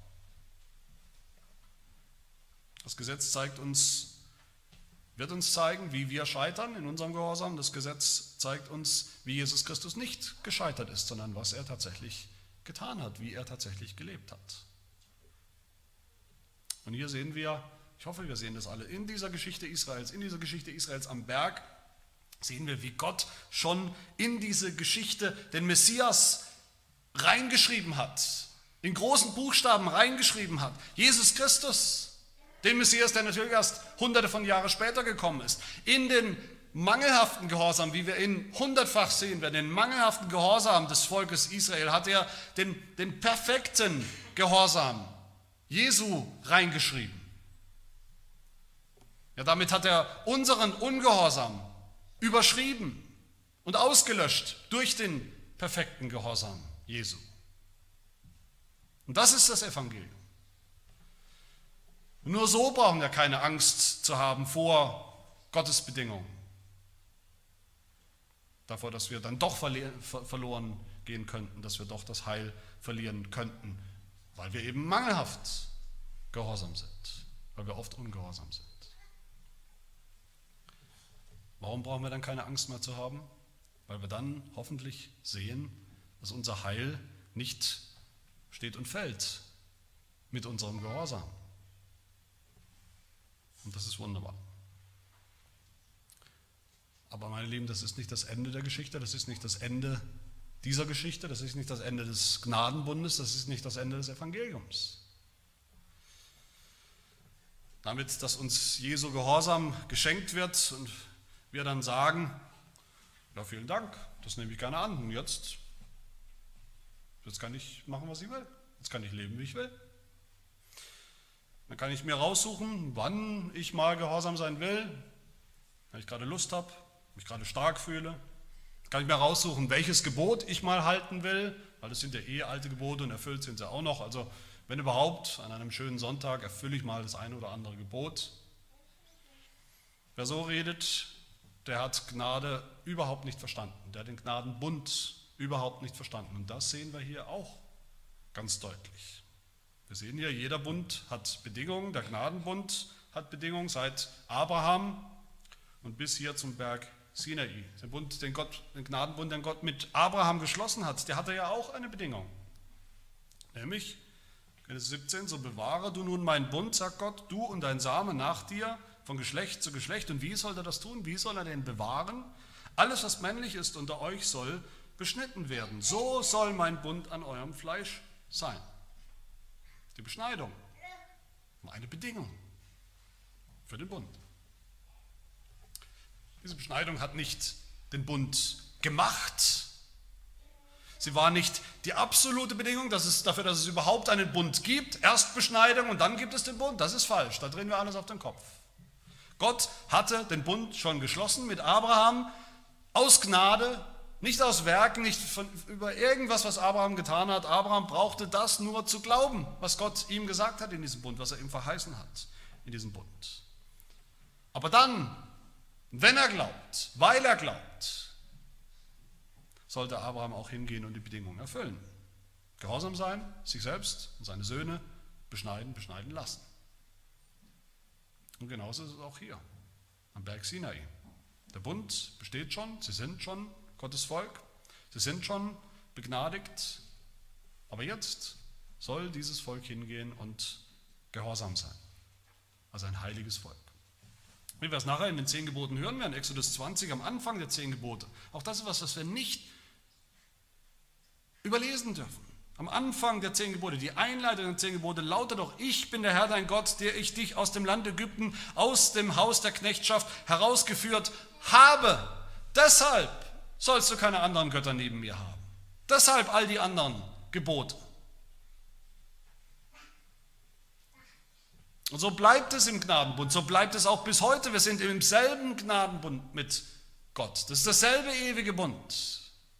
Das Gesetz wird uns zeigen, wie wir scheitern in unserem Gehorsam. Das Gesetz zeigt uns, wie Jesus Christus nicht gescheitert ist, sondern was er tatsächlich getan hat, wie er tatsächlich gelebt hat. Und hier sehen wir, ich hoffe, wir sehen das alle, in dieser Geschichte Israels am Berg, sehen wir, wie Gott schon in diese Geschichte den Messias reingeschrieben hat, in großen Buchstaben reingeschrieben hat. Jesus Christus, den Messias, der natürlich erst hunderte von Jahren später gekommen ist. In den mangelhaften Gehorsam, wie wir ihn 100-fach sehen werden, den mangelhaften Gehorsam des Volkes Israel, hat er den perfekten Gehorsam Jesu reingeschrieben. Ja, damit hat er unseren Ungehorsam überschrieben und ausgelöscht durch den perfekten Gehorsam Jesu. Und das ist das Evangelium. Und nur so brauchen wir keine Angst zu haben vor Gottes Bedingungen. Davor, dass wir dann doch verloren gehen könnten, dass wir doch das Heil verlieren könnten, weil wir eben mangelhaft gehorsam sind, weil wir oft ungehorsam sind. Warum brauchen wir dann keine Angst mehr zu haben? Weil wir dann hoffentlich sehen, dass unser Heil nicht steht und fällt mit unserem Gehorsam. Und das ist wunderbar. Aber meine Lieben, das ist nicht das Ende der Geschichte, das ist nicht das Ende dieser Geschichte, das ist nicht das Ende des Gnadenbundes, das ist nicht das Ende des Evangeliums. Damit, dass uns Jesu Gehorsam geschenkt wird und wir dann sagen, ja, vielen Dank, das nehme ich gerne an und jetzt kann ich machen, was ich will, jetzt kann ich leben, wie ich will. Dann kann ich mir raussuchen, wann ich mal gehorsam sein will, wenn ich gerade Lust habe, mich gerade stark fühle. Dann kann ich mir raussuchen, welches Gebot ich mal halten will, weil das sind ja alte Gebote und erfüllt sind sie auch noch. Also wenn überhaupt, an einem schönen Sonntag erfülle ich mal das eine oder andere Gebot. Wer so redet, der hat Gnade überhaupt nicht verstanden. Der hat den Gnadenbund überhaupt nicht verstanden. Und das sehen wir hier auch ganz deutlich. Wir sehen hier, jeder Bund hat Bedingungen. Der Gnadenbund hat Bedingungen seit Abraham und bis hier zum Berg Sinai. Der Bund, den Gnadenbund, den Gott mit Abraham geschlossen hat, der hatte ja auch eine Bedingung. Nämlich, Genesis 17, so bewahre du nun meinen Bund, sagt Gott, du und dein Same nach dir, von Geschlecht zu Geschlecht. Und wie soll er das tun? Wie soll er den bewahren? Alles, was männlich ist unter euch, soll beschnitten werden. So soll mein Bund an eurem Fleisch sein. Die Beschneidung war eine Bedingung für den Bund. Diese Beschneidung hat nicht den Bund gemacht. Sie war nicht die absolute Bedingung dafür, dass es überhaupt einen Bund gibt. Erst Beschneidung und dann gibt es den Bund. Das ist falsch. Da drehen wir alles auf den Kopf. Gott hatte den Bund schon geschlossen mit Abraham aus Gnade, nicht aus Werken, nicht über irgendwas, was Abraham getan hat. Abraham brauchte das nur zu glauben, was Gott ihm gesagt hat in diesem Bund, was er ihm verheißen hat in diesem Bund. Aber dann, wenn er glaubt, weil er glaubt, sollte Abraham auch hingehen und die Bedingungen erfüllen. Gehorsam sein, sich selbst und seine Söhne beschneiden lassen. Und genauso ist es auch hier, am Berg Sinai. Der Bund besteht schon, sie sind schon Gottes Volk, sie sind schon begnadigt, aber jetzt soll dieses Volk hingehen und gehorsam sein, also ein heiliges Volk. Wie wir es nachher in den 10 Geboten hören werden, Exodus 20 am Anfang der 10 Gebote, auch das ist was wir nicht überlesen dürfen. Am Anfang der 10 Gebote, die Einleitung der 10 Gebote lautet doch, ich bin der Herr dein Gott, der ich dich aus dem Land Ägypten, aus dem Haus der Knechtschaft herausgeführt habe. Deshalb sollst du keine anderen Götter neben mir haben. Deshalb all die anderen Gebote. Und so bleibt es im Gnadenbund, so bleibt es auch bis heute. Wir sind im selben Gnadenbund mit Gott. Das ist derselbe ewige Bund.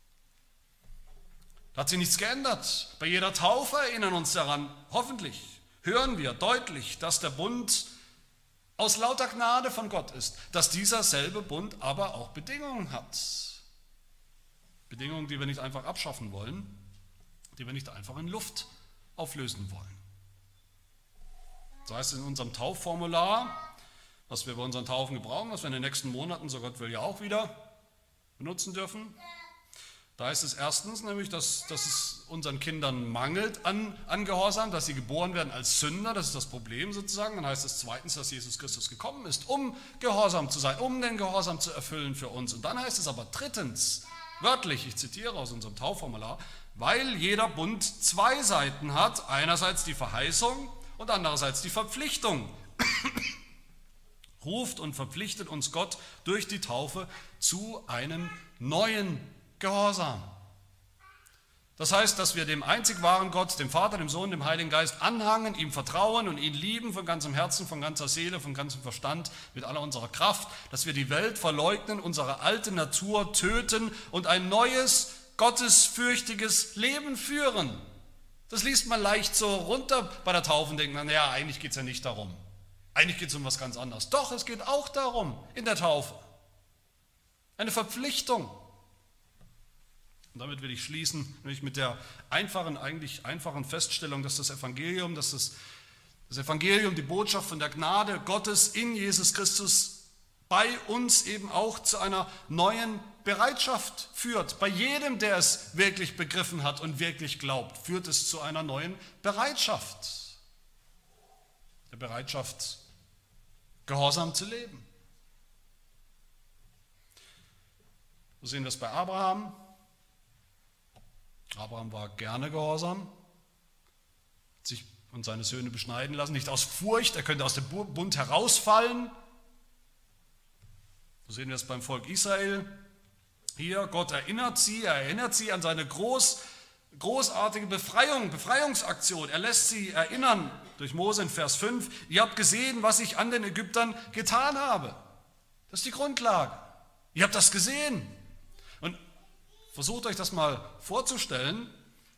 Da hat sich nichts geändert. Bei jeder Taufe erinnern uns daran, hoffentlich hören wir deutlich, dass der Bund aus lauter Gnade von Gott ist, dass dieser selbe Bund aber auch Bedingungen hat. Bedingungen, die wir nicht einfach abschaffen wollen, die wir nicht einfach in Luft auflösen wollen. So heißt es in unserem Taufformular, was wir bei unseren Taufen gebrauchen, was wir in den nächsten Monaten, so Gott will, ja auch wieder benutzen dürfen. Da heißt es erstens nämlich, dass es unseren Kindern mangelt an Gehorsam, dass sie geboren werden als Sünder, das ist das Problem sozusagen. Dann heißt es zweitens, dass Jesus Christus gekommen ist, um gehorsam zu sein, um den Gehorsam zu erfüllen für uns. Und dann heißt es aber drittens, wörtlich, ich zitiere aus unserem Taufformular, weil jeder Bund 2 Seiten hat, einerseits die Verheißung und andererseits die Verpflichtung. Ruft und verpflichtet uns Gott durch die Taufe zu einem neuen Gehorsam. Das heißt, dass wir dem einzig wahren Gott, dem Vater, dem Sohn, dem Heiligen Geist anhangen, ihm vertrauen und ihn lieben von ganzem Herzen, von ganzer Seele, von ganzem Verstand, mit aller unserer Kraft, dass wir die Welt verleugnen, unsere alte Natur töten und ein neues, gottesfürchtiges Leben führen. Das liest man leicht so runter bei der Taufe und denkt, naja, eigentlich geht es ja nicht darum. Eigentlich geht es um was ganz anderes. Doch, es geht auch darum, in der Taufe. Eine Verpflichtung. Und damit will ich schließen, nämlich mit der eigentlich einfachen Feststellung, dass das Evangelium, die Botschaft von der Gnade Gottes in Jesus Christus bei uns eben auch zu einer neuen Bereitschaft führt. Bei jedem, der es wirklich begriffen hat und wirklich glaubt, führt es zu einer neuen Bereitschaft. Der Bereitschaft, gehorsam zu leben. So sehen wir es bei Abraham. Abraham war gerne gehorsam, hat sich und seine Söhne beschneiden lassen, nicht aus Furcht, er könnte aus dem Bund herausfallen. So sehen wir es beim Volk Israel. Hier, Gott erinnert sie an seine großartige Befreiungsaktion. Er lässt sie erinnern durch Mose in Vers 5. Ihr habt gesehen, was ich an den Ägyptern getan habe. Das ist die Grundlage. Ihr habt das gesehen. Und versucht euch das mal vorzustellen.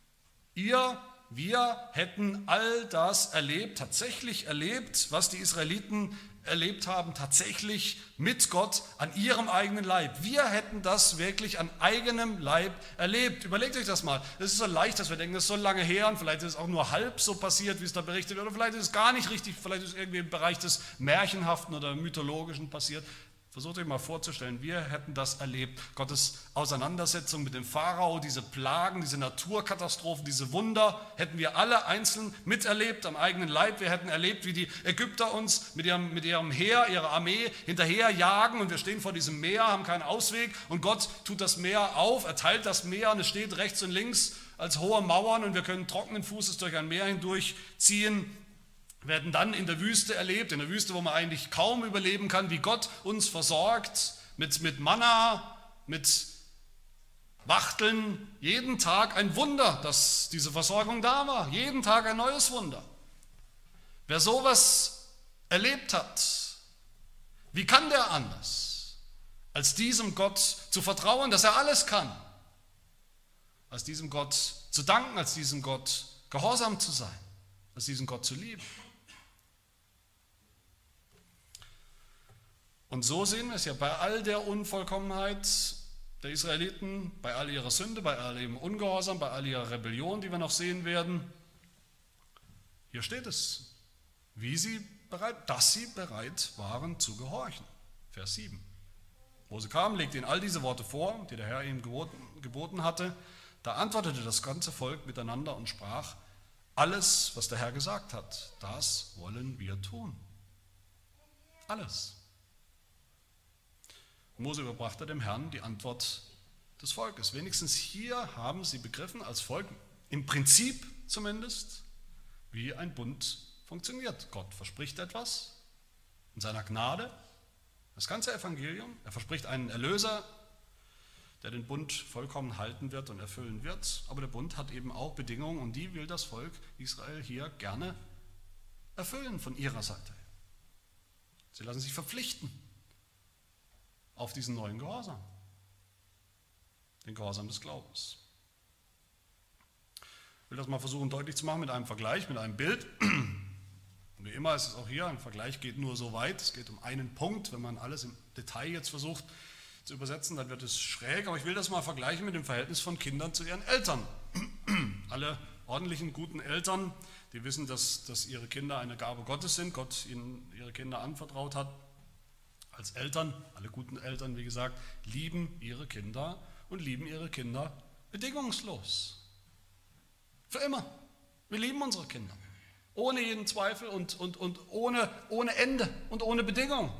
Wir hätten all das tatsächlich erlebt, was die Israeliten erlebt haben, tatsächlich mit Gott an ihrem eigenen Leib. Wir hätten das wirklich an eigenem Leib erlebt. Überlegt euch das mal. Es ist so leicht, dass wir denken, das ist so lange her und vielleicht ist es auch nur halb so passiert, wie es da berichtet wird, oder vielleicht ist es gar nicht richtig, vielleicht ist es irgendwie im Bereich des Märchenhaften oder Mythologischen passiert. Versucht euch mal vorzustellen, wir hätten das erlebt. Gottes Auseinandersetzung mit dem Pharao, diese Plagen, diese Naturkatastrophen, diese Wunder, hätten wir alle einzeln miterlebt am eigenen Leib. Wir hätten erlebt, wie die Ägypter uns mit ihrem Heer, ihrer Armee hinterherjagen und wir stehen vor diesem Meer, haben keinen Ausweg und Gott tut das Meer auf, er teilt das Meer und es steht rechts und links als hohe Mauern und wir können trockenen Fußes durch ein Meer hindurchziehen. Wir hätten dann in der Wüste erlebt, in der Wüste, wo man eigentlich kaum überleben kann, wie Gott uns versorgt mit Manna, mit Wachteln. Jeden Tag ein Wunder, dass diese Versorgung da war. Jeden Tag ein neues Wunder. Wer sowas erlebt hat, wie kann der anders, als diesem Gott zu vertrauen, dass er alles kann? Als diesem Gott zu danken, als diesem Gott gehorsam zu sein, als diesen Gott zu lieben. Und so sehen wir es ja bei all der Unvollkommenheit der Israeliten, bei all ihrer Sünde, bei all ihrem Ungehorsam, bei all ihrer Rebellion, die wir noch sehen werden. Hier steht es, dass sie bereit waren zu gehorchen. Vers 7. Mose kam, legte ihnen all diese Worte vor, die der Herr ihm geboten hatte. Da antwortete das ganze Volk miteinander und sprach, alles, was der Herr gesagt hat, das wollen wir tun. Alles. Mose überbrachte dem Herrn die Antwort des Volkes. Wenigstens hier haben sie begriffen, als Volk, im Prinzip zumindest, wie ein Bund funktioniert. Gott verspricht etwas in seiner Gnade, das ganze Evangelium. Er verspricht einen Erlöser, der den Bund vollkommen halten wird und erfüllen wird. Aber der Bund hat eben auch Bedingungen und die will das Volk Israel hier gerne erfüllen von ihrer Seite. Sie lassen sich verpflichten auf diesen neuen Gehorsam, den Gehorsam des Glaubens. Ich will das mal versuchen deutlich zu machen mit einem Vergleich, mit einem Bild. Und wie immer ist es auch hier, ein Vergleich geht nur so weit, es geht um einen Punkt. Wenn man alles im Detail jetzt versucht zu übersetzen, dann wird es schräg, aber ich will das mal vergleichen mit dem Verhältnis von Kindern zu ihren Eltern. Alle ordentlichen, guten Eltern, die wissen, dass ihre Kinder eine Gabe Gottes sind, Gott ihnen ihre Kinder anvertraut hat. Als Eltern, alle guten Eltern, wie gesagt, lieben ihre Kinder und lieben ihre Kinder bedingungslos. Für immer. Wir lieben unsere Kinder. Ohne jeden Zweifel und ohne Ende und ohne Bedingung.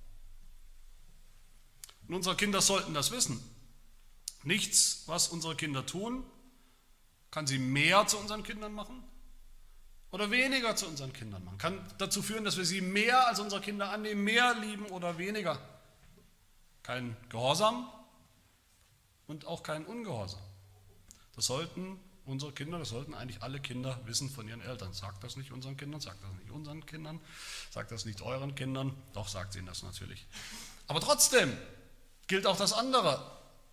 Und unsere Kinder sollten das wissen. Nichts, was unsere Kinder tun, kann sie mehr zu unseren Kindern machen oder weniger zu unseren Kindern machen. Kann dazu führen, dass wir sie mehr als unsere Kinder annehmen, mehr lieben oder weniger. Kein Gehorsam und auch kein Ungehorsam. Das sollten unsere Kinder, das sollten eigentlich alle Kinder wissen von ihren Eltern. Sagt das nicht unseren Kindern, sagt das nicht unseren Kindern, sagt das nicht euren Kindern, doch sagt ihnen das natürlich. Aber trotzdem gilt auch das andere,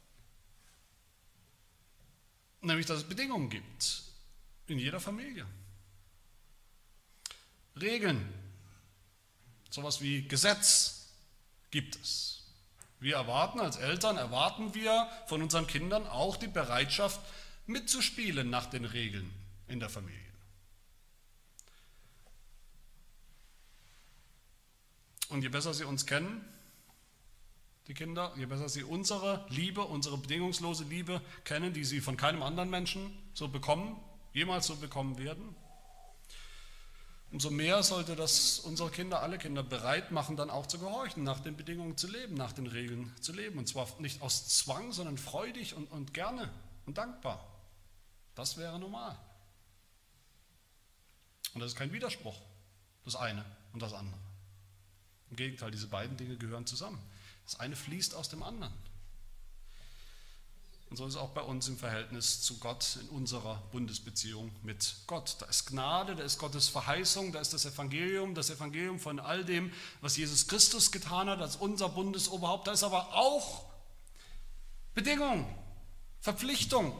nämlich dass es Bedingungen gibt in jeder Familie. Regeln Sowas wie Gesetz gibt es. Wir erwarten, als Eltern erwarten wir von unseren Kindern auch die Bereitschaft, mitzuspielen nach den Regeln in der Familie. Und je besser sie uns kennen, die Kinder, je besser sie unsere Liebe, unsere bedingungslose Liebe kennen, die sie von keinem anderen Menschen so bekommen, jemals so bekommen werden, umso mehr sollte das unsere Kinder, alle Kinder bereit machen, dann auch zu gehorchen, nach den Bedingungen zu leben, nach den Regeln zu leben. Und zwar nicht aus Zwang, sondern freudig und gerne und dankbar. Das wäre normal. Und das ist kein Widerspruch, das eine und das andere. Im Gegenteil, diese beiden Dinge gehören zusammen. Das eine fließt aus dem anderen. Und so ist es auch bei uns im Verhältnis zu Gott in unserer Bundesbeziehung mit Gott. Da ist Gnade, da ist Gottes Verheißung, da ist das Evangelium von all dem, was Jesus Christus getan hat als unser Bundesoberhaupt. Da ist aber auch Bedingung, Verpflichtung.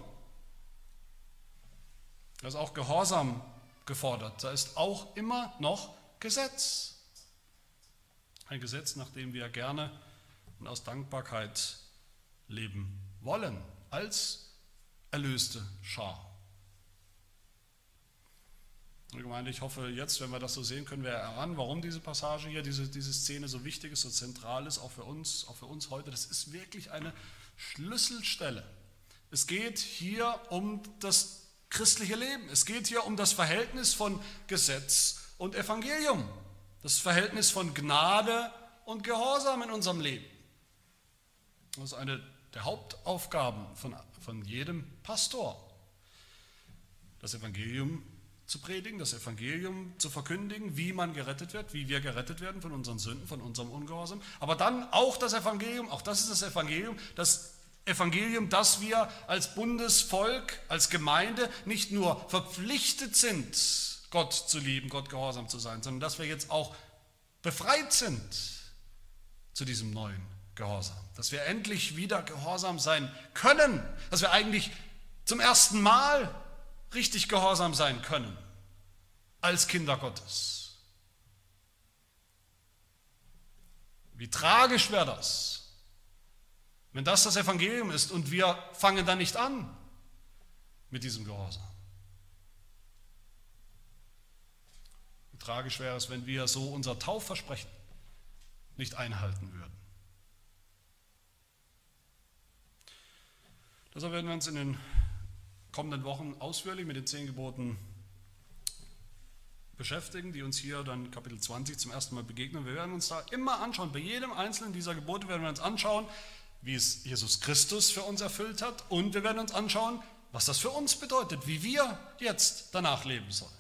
Da ist auch Gehorsam gefordert. Da ist auch immer noch Gesetz. Ein Gesetz, nach dem wir gerne und aus Dankbarkeit leben wollen, als erlöste Schar. Und Gemeinde, ich hoffe jetzt, wenn wir das so sehen, können wir erahnen, warum diese Passage hier, diese Szene so wichtig ist, so zentral ist, auch für uns heute. Das ist wirklich eine Schlüsselstelle. Es geht hier um das christliche Leben. Es geht hier um das Verhältnis von Gesetz und Evangelium. Das Verhältnis von Gnade und Gehorsam in unserem Leben. Das ist eine der Hauptaufgaben von jedem Pastor. Das Evangelium zu predigen, das Evangelium zu verkündigen, wie man gerettet wird, wie wir gerettet werden von unseren Sünden, von unserem Ungehorsam. Aber dann auch das Evangelium, auch das ist das Evangelium, dass wir als Bundesvolk, als Gemeinde nicht nur verpflichtet sind, Gott zu lieben, Gott gehorsam zu sein, sondern dass wir jetzt auch befreit sind zu diesem neuen Gehorsam. Dass wir endlich wieder gehorsam sein können, dass wir eigentlich zum ersten Mal richtig gehorsam sein können als Kinder Gottes. Wie tragisch wäre das, wenn das Evangelium ist und wir fangen dann nicht an mit diesem Gehorsam. Wie tragisch wäre es, wenn wir so unser Taufversprechen nicht einhalten würden. Deshalb werden wir uns in den kommenden Wochen ausführlich mit den 10 Geboten beschäftigen, die uns hier dann Kapitel 20 zum ersten Mal begegnen. Wir werden uns da immer anschauen, bei jedem einzelnen dieser Gebote werden wir uns anschauen, wie es Jesus Christus für uns erfüllt hat, und wir werden uns anschauen, was das für uns bedeutet, wie wir jetzt danach leben sollen,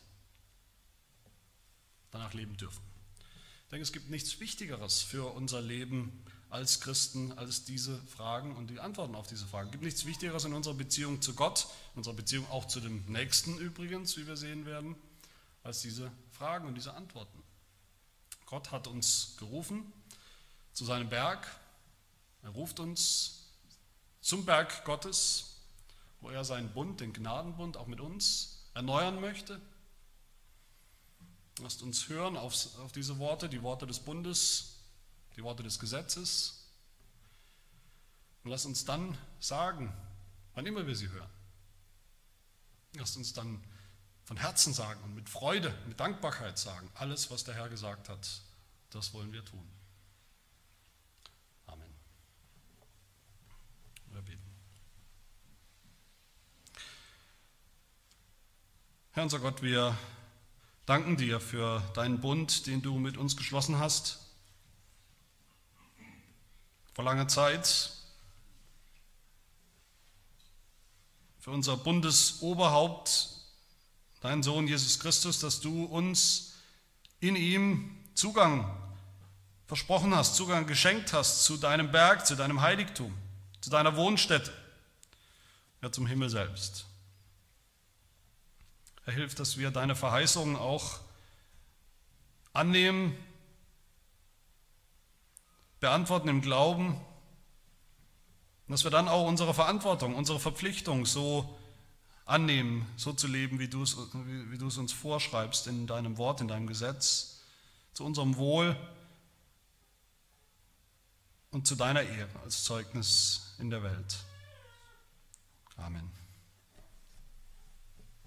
danach leben dürfen. Ich denke, es gibt nichts Wichtigeres für unser Leben als Christen, als diese Fragen und die Antworten auf diese Fragen. Es gibt nichts Wichtigeres in unserer Beziehung zu Gott, in unserer Beziehung auch zu dem Nächsten übrigens, wie wir sehen werden, als diese Fragen und diese Antworten. Gott hat uns gerufen zu seinem Berg. Er ruft uns zum Berg Gottes, wo er seinen Bund, den Gnadenbund, auch mit uns erneuern möchte. Lasst uns hören auf diese Worte, die Worte des Bundes, die Worte des Gesetzes. Und lasst uns dann sagen, wann immer wir sie hören. Lasst uns dann von Herzen sagen und mit Freude, mit Dankbarkeit sagen, alles, was der Herr gesagt hat, das wollen wir tun. Amen. Wir beten. Herr unser Gott, wir danken dir für deinen Bund, den du mit uns geschlossen hast. Vor langer Zeit, für unser Bundesoberhaupt, deinen Sohn Jesus Christus, dass du uns in ihm Zugang versprochen hast, Zugang geschenkt hast zu deinem Berg, zu deinem Heiligtum, zu deiner Wohnstätte, ja zum Himmel selbst. Er hilft, dass wir deine Verheißungen auch annehmen, beantworten im Glauben, und dass wir dann auch unsere Verantwortung, unsere Verpflichtung so annehmen, so zu leben, wie du es uns vorschreibst in deinem Wort, in deinem Gesetz, zu unserem Wohl, und zu deiner Ehre als Zeugnis in der Welt. Amen.